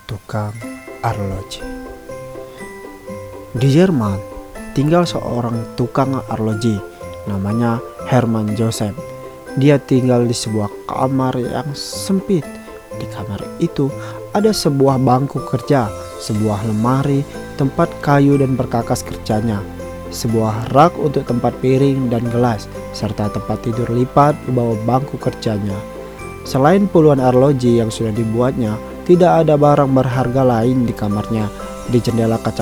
tukang arloji. Di Jerman tinggal seorang tukang arloji namanya Hermann Joseph. Dia tinggal di sebuah kamar yang sempit. Di kamar itu ada sebuah bangku kerja, sebuah lemari, tempat kayu dan perkakas kerjanya, sebuah rak untuk tempat piring dan gelas, serta tempat tidur lipat di bawah bangku kerjanya. Selain puluhan arloji yang sudah dibuatnya, tidak ada barang berharga lain di kamarnya. Di jendela kaca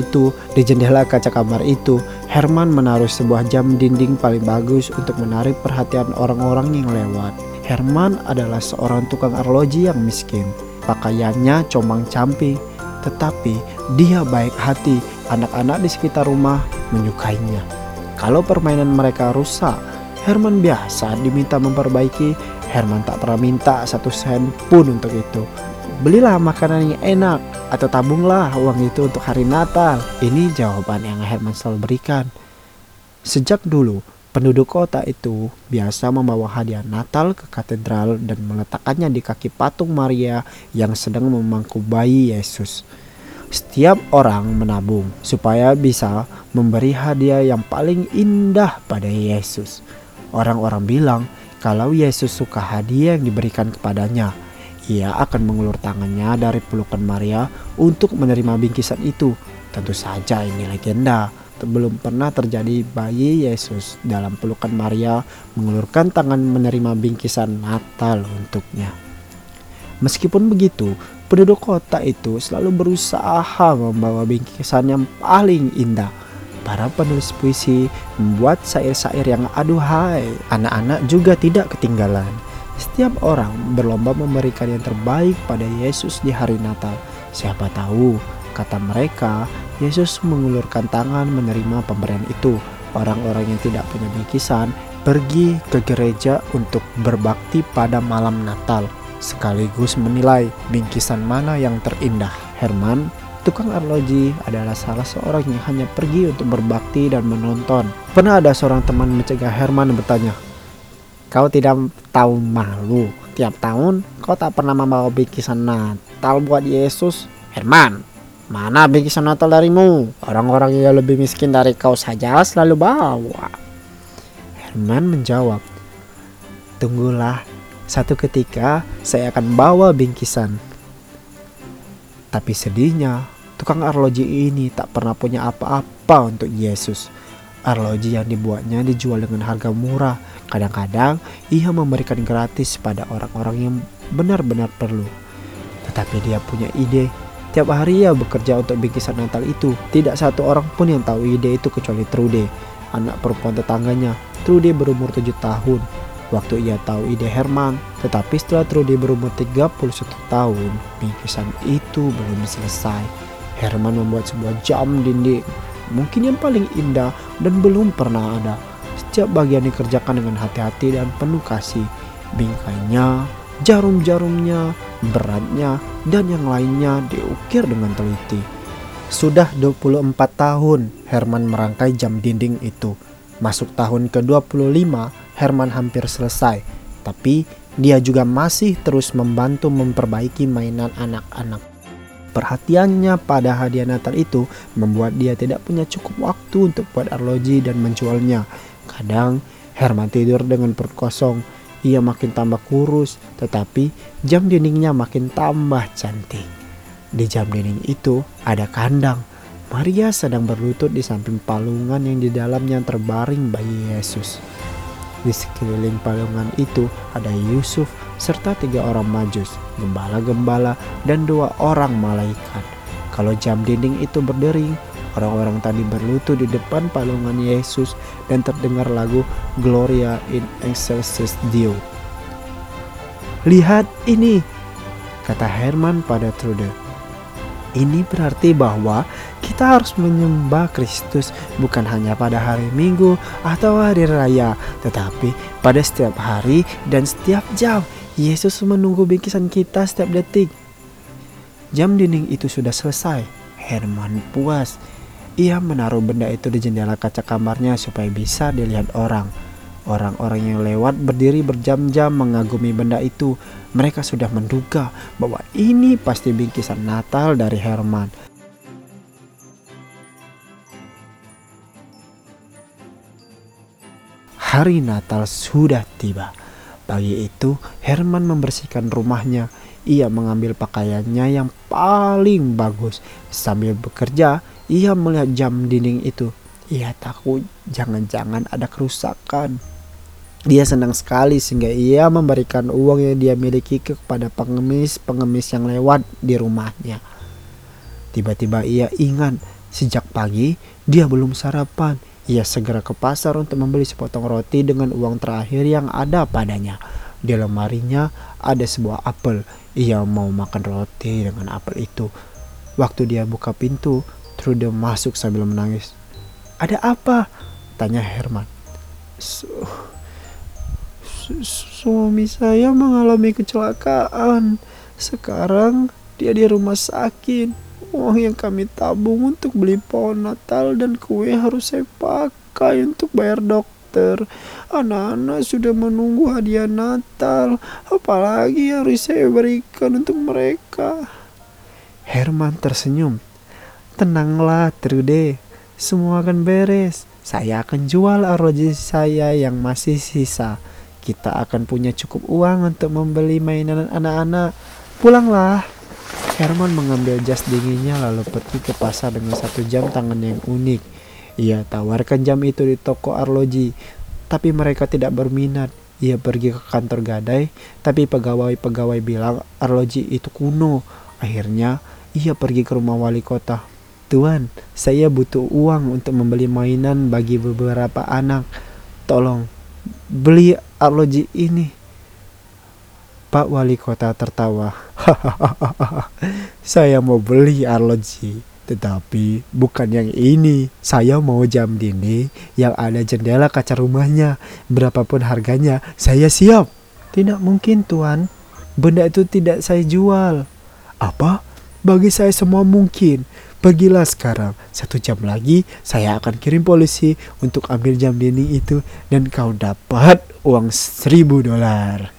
kamar itu, Herman menaruh sebuah jam dinding paling bagus untuk menarik perhatian orang-orang yang lewat. Herman adalah seorang tukang arloji yang miskin. Pakaiannya compang-camping, tetapi dia baik hati. Anak-anak di sekitar rumah menyukainya. Kalau permainan mereka rusak, Herman biasa diminta memperbaiki. Herman tak pernah minta 1 sen pun untuk itu. Belilah makanan yang enak atau tabunglah uang itu untuk hari Natal. Ini jawaban yang Herman selalu berikan. Sejak dulu, penduduk kota itu biasa membawa hadiah Natal ke katedral dan meletakkannya di kaki patung Maria yang sedang memangku bayi Yesus. Setiap orang menabung supaya bisa memberi hadiah yang paling indah pada Yesus. Orang-orang bilang kalau Yesus suka hadiah yang diberikan kepadanya, ia akan mengulur tangannya dari pelukan Maria untuk menerima bingkisan itu. Tentu saja ini legenda. Belum pernah terjadi bayi Yesus dalam pelukan Maria mengulurkan tangan menerima bingkisan Natal untuknya. Meskipun begitu, penduduk kota itu selalu berusaha membawa bingkisan yang paling indah. Para penulis puisi membuat syair-syair yang aduhai. Anak-anak juga tidak ketinggalan. Setiap orang berlomba memberikan yang terbaik pada Yesus di hari Natal. Siapa tahu, kata mereka, Yesus mengulurkan tangan menerima pemberian itu. Orang-orang yang tidak punya bingkisan pergi ke gereja untuk berbakti pada malam Natal, sekaligus menilai bingkisan mana yang terindah. Herman, tukang arloji, adalah salah seorang yang hanya pergi untuk berbakti dan menonton. Pernah ada seorang teman mencegah Herman bertanya, "Kau tidak tahu malu? Tiap tahun kau tak pernah membawa bingkisan Natal buat Yesus." "Herman, mana bingkisan Natal darimu? Orang-orang yang lebih miskin dari kau saja selalu bawa." Herman menjawab, "Tunggulah, satu ketika saya akan bawa bingkisan." Tapi sedihnya, tukang arloji ini tak pernah punya apa-apa untuk Yesus. Arloji yang dibuatnya dijual dengan harga murah. Kadang-kadang ia memberikan gratis pada orang-orang yang benar-benar perlu. Tetapi dia punya ide. Tiap hari ia bekerja untuk bingkisan Natal itu. Tidak satu orang pun yang tahu ide itu kecuali Trude, anak perempuan tetangganya. Trude berumur 7 tahun waktu ia tahu ide Herman. Tetapi setelah Trude berumur 31 tahun, bingkisan itu belum selesai. Herman membuat sebuah jam dinding, mungkin yang paling indah dan belum pernah ada. Setiap bagian dikerjakan dengan hati-hati dan penuh kasih. Bingkainya, jarum-jarumnya, beratnya, dan yang lainnya diukir dengan teliti. Sudah 24 tahun Herman merangkai jam dinding itu. Masuk tahun ke-25, Herman hampir selesai. Tapi dia juga masih terus membantu memperbaiki mainan anak-anak. Perhatiannya pada hadiah Natal itu membuat dia tidak punya cukup waktu untuk buat arloji dan menjualnya. Kadang Herman tidur dengan perut kosong. Ia makin tambah kurus, tetapi jam dindingnya makin tambah cantik. Di jam dinding itu ada kandang. Maria sedang berlutut di samping palungan yang di dalamnya terbaring bayi Yesus. Di sekeliling palungan itu ada Yusuf serta 3 orang majus, gembala-gembala, dan 2 orang malaikat. Kalau jam dinding itu berdering, orang-orang tadi berlutut di depan palungan Yesus dan terdengar lagu Gloria in Excelsis Deo. "Lihat ini," kata Herman pada Trude. "Ini berarti bahwa kita harus menyembah Kristus bukan hanya pada hari Minggu atau hari raya, tetapi pada setiap hari dan setiap jam. Yesus menunggu bingkisan kita setiap detik." Jam dinding itu sudah selesai. Herman puas. Ia menaruh benda itu di jendela kaca kamarnya supaya bisa dilihat orang. Orang-orang yang lewat berdiri berjam-jam mengagumi benda itu. Mereka sudah menduga bahwa ini pasti bingkisan Natal dari Herman. Hari Natal sudah tiba. Pagi itu Herman membersihkan rumahnya. Ia mengambil pakaiannya yang paling bagus. Sambil bekerja, ia melihat jam dinding itu. Ia takut jangan-jangan ada kerusakan. Dia senang sekali sehingga ia memberikan uang yang dia miliki kepada pengemis-pengemis yang lewat di rumahnya. Tiba-tiba ia ingat, sejak pagi dia belum sarapan. Ia segera ke pasar untuk membeli sepotong roti dengan uang terakhir yang ada padanya. Di lemarinya ada sebuah apel. Ia mau makan roti dengan apel itu. Waktu dia buka pintu, Trude masuk sambil menangis. "Ada apa?" tanya Herman. Suami saya mengalami kecelakaan. Sekarang dia di rumah sakit. Uang yang kami tabung untuk beli pohon Natal dan kue harus saya pakai untuk bayar dokter. Anak-anak sudah menunggu hadiah Natal. Apalagi yang harus saya berikan untuk mereka. Herman tersenyum. "Tenanglah Trude, semua akan beres. Saya akan jual arloji saya yang masih sisa. Kita akan punya cukup uang untuk membeli mainan anak-anak. Pulanglah." Herman mengambil jas dinginnya lalu pergi ke pasar dengan satu jam tangan yang unik. Ia tawarkan jam itu di toko arloji, tapi mereka tidak berminat. Ia pergi ke kantor gadai, tapi pegawai-pegawai bilang arloji itu kuno. Akhirnya ia pergi ke rumah wali kota. "Tuan, saya butuh uang untuk membeli mainan bagi beberapa anak. Tolong beli arloji ini." Pak Wali Kota tertawa. "Saya mau beli arloji, tetapi bukan yang ini. Saya mau jam dinding yang ada jendela kaca rumahnya. Berapapun harganya, saya siap." "Tidak mungkin, Tuan. Benda itu tidak saya jual." "Apa? Bagi saya semua mungkin. Pergilah sekarang. 1 jam lagi saya akan kirim polisi untuk ambil jam dinding itu dan kau dapat uang $1.000.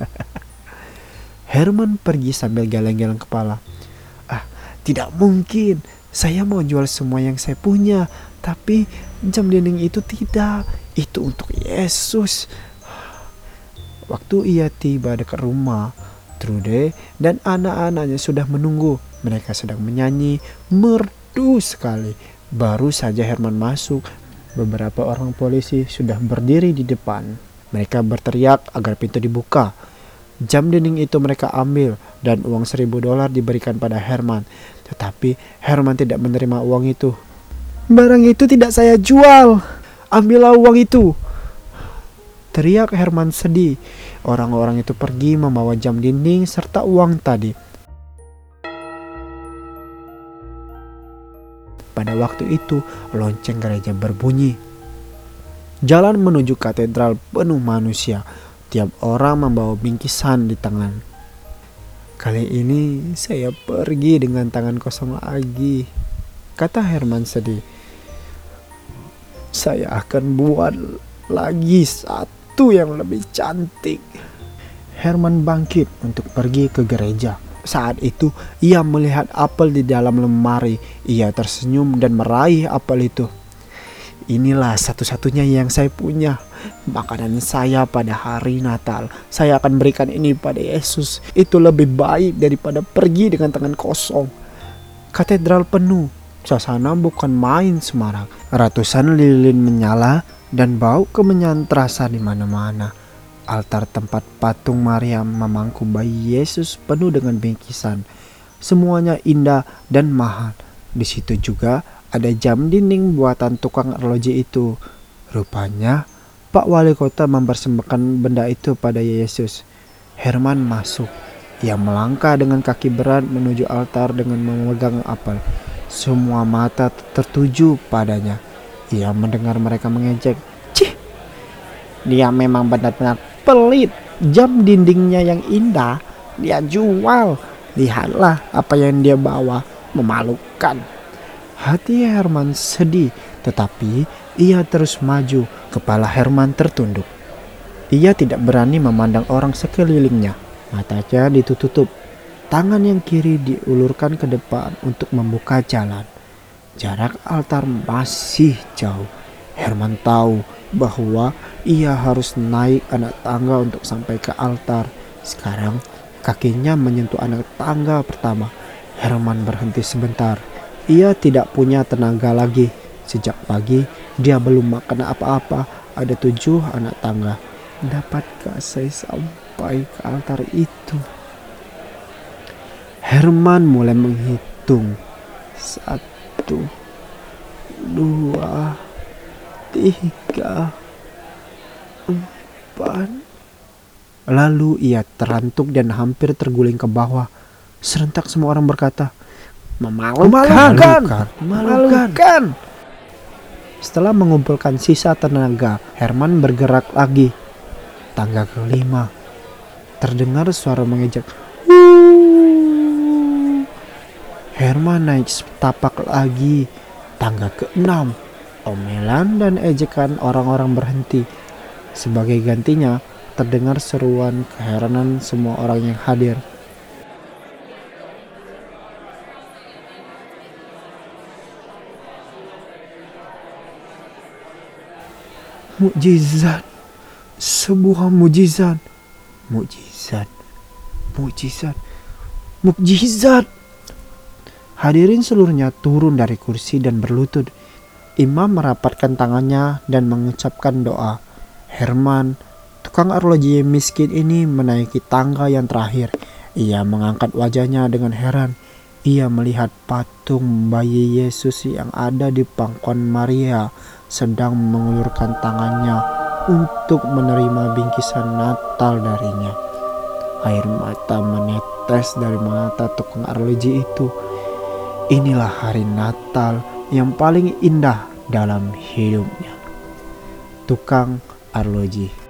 Herman pergi sambil geleng-geleng kepala. Tidak mungkin. Saya mau jual semua yang saya punya, tapi jam dinding itu tidak. Itu untuk Yesus. Waktu ia tiba dekat rumah, Trude dan anak-anaknya sudah menunggu. Mereka sedang menyanyi merdu sekali. Baru saja Herman masuk, beberapa orang polisi sudah berdiri di depan. Mereka berteriak agar pintu dibuka. Jam dinding itu mereka ambil dan uang $1.000 diberikan pada Herman. Tetapi Herman tidak menerima uang itu. "Barang itu tidak saya jual. Ambillah uang itu," teriak Herman sedih. Orang-orang itu pergi membawa jam dinding serta uang tadi. Pada waktu itu lonceng gereja berbunyi. Jalan menuju katedral penuh manusia. Tiap orang membawa bingkisan di tangan. "Kali ini saya pergi dengan tangan kosong lagi," kata Herman sedih. "Saya akan buat lagi satu yang lebih cantik." Herman bangkit untuk pergi ke gereja. Saat itu ia melihat apel di dalam lemari. Ia tersenyum dan meraih apel itu. "Inilah satu-satunya yang saya punya. Makanan saya pada hari Natal. Saya akan berikan ini pada Yesus. Itu lebih baik daripada pergi dengan tangan kosong." Katedral penuh. Suasana bukan main semarak. Ratusan lilin menyala dan bau kemenyan terasa di mana-mana. Altar tempat patung Maryam memangku bayi Yesus penuh dengan bingkisan. Semuanya indah dan mahal. Di situ juga ada jam dinding buatan tukang arloji itu. Rupanya Pak Wali Kota mempersembahkan benda itu pada Yesus. Herman masuk. Ia melangkah dengan kaki berat menuju altar dengan memegang apel. Semua mata tertuju padanya. Ia mendengar mereka mengejek. "Cih, dia memang benar-benar pelit. Jam dindingnya yang indah dia jual. Lihatlah apa yang dia bawa, memalukan." Hati Herman sedih, tetapi ia terus maju. Kepala Herman tertunduk. Ia tidak berani memandang orang sekelilingnya. Matanya ditutup. Tangan yang kiri diulurkan ke depan untuk membuka jalan. Jarak altar masih jauh. Herman tahu bahwa ia harus naik anak tangga untuk sampai ke altar. Sekarang kakinya menyentuh anak tangga pertama. Herman berhenti sebentar. Ia tidak punya tenaga lagi. Sejak pagi dia belum makan apa-apa. Ada 7 anak tangga. Dapatkah saya sampai ke altar itu? Herman mulai menghitung. 1, 2, 3, 4. Lalu ia terantuk dan hampir terguling ke bawah. Serentak semua orang berkata, Memalukan. Setelah mengumpulkan sisa tenaga, Herman bergerak lagi. Tangga ke-5. Terdengar suara mengejek. Herman naik setapak lagi. Tangga ke-6. Omelan dan ejekan orang-orang berhenti. Sebagai gantinya, terdengar seruan keheranan semua orang yang hadir. Mukjizat. Sebuah mukjizat. Mukjizat. Hadirin seluruhnya turun dari kursi dan berlutut. Imam merapatkan tangannya dan mengucapkan doa. Herman, tukang arloji miskin ini menaiki tangga yang terakhir. Ia mengangkat wajahnya dengan heran. Ia melihat patung bayi Yesus yang ada di pangkuan Maria sedang mengulurkan tangannya untuk menerima bingkisan Natal darinya. Air mata menetes dari mata tukang arloji itu. Inilah hari Natal yang paling indah dalam hidupnya. Tukang arloji.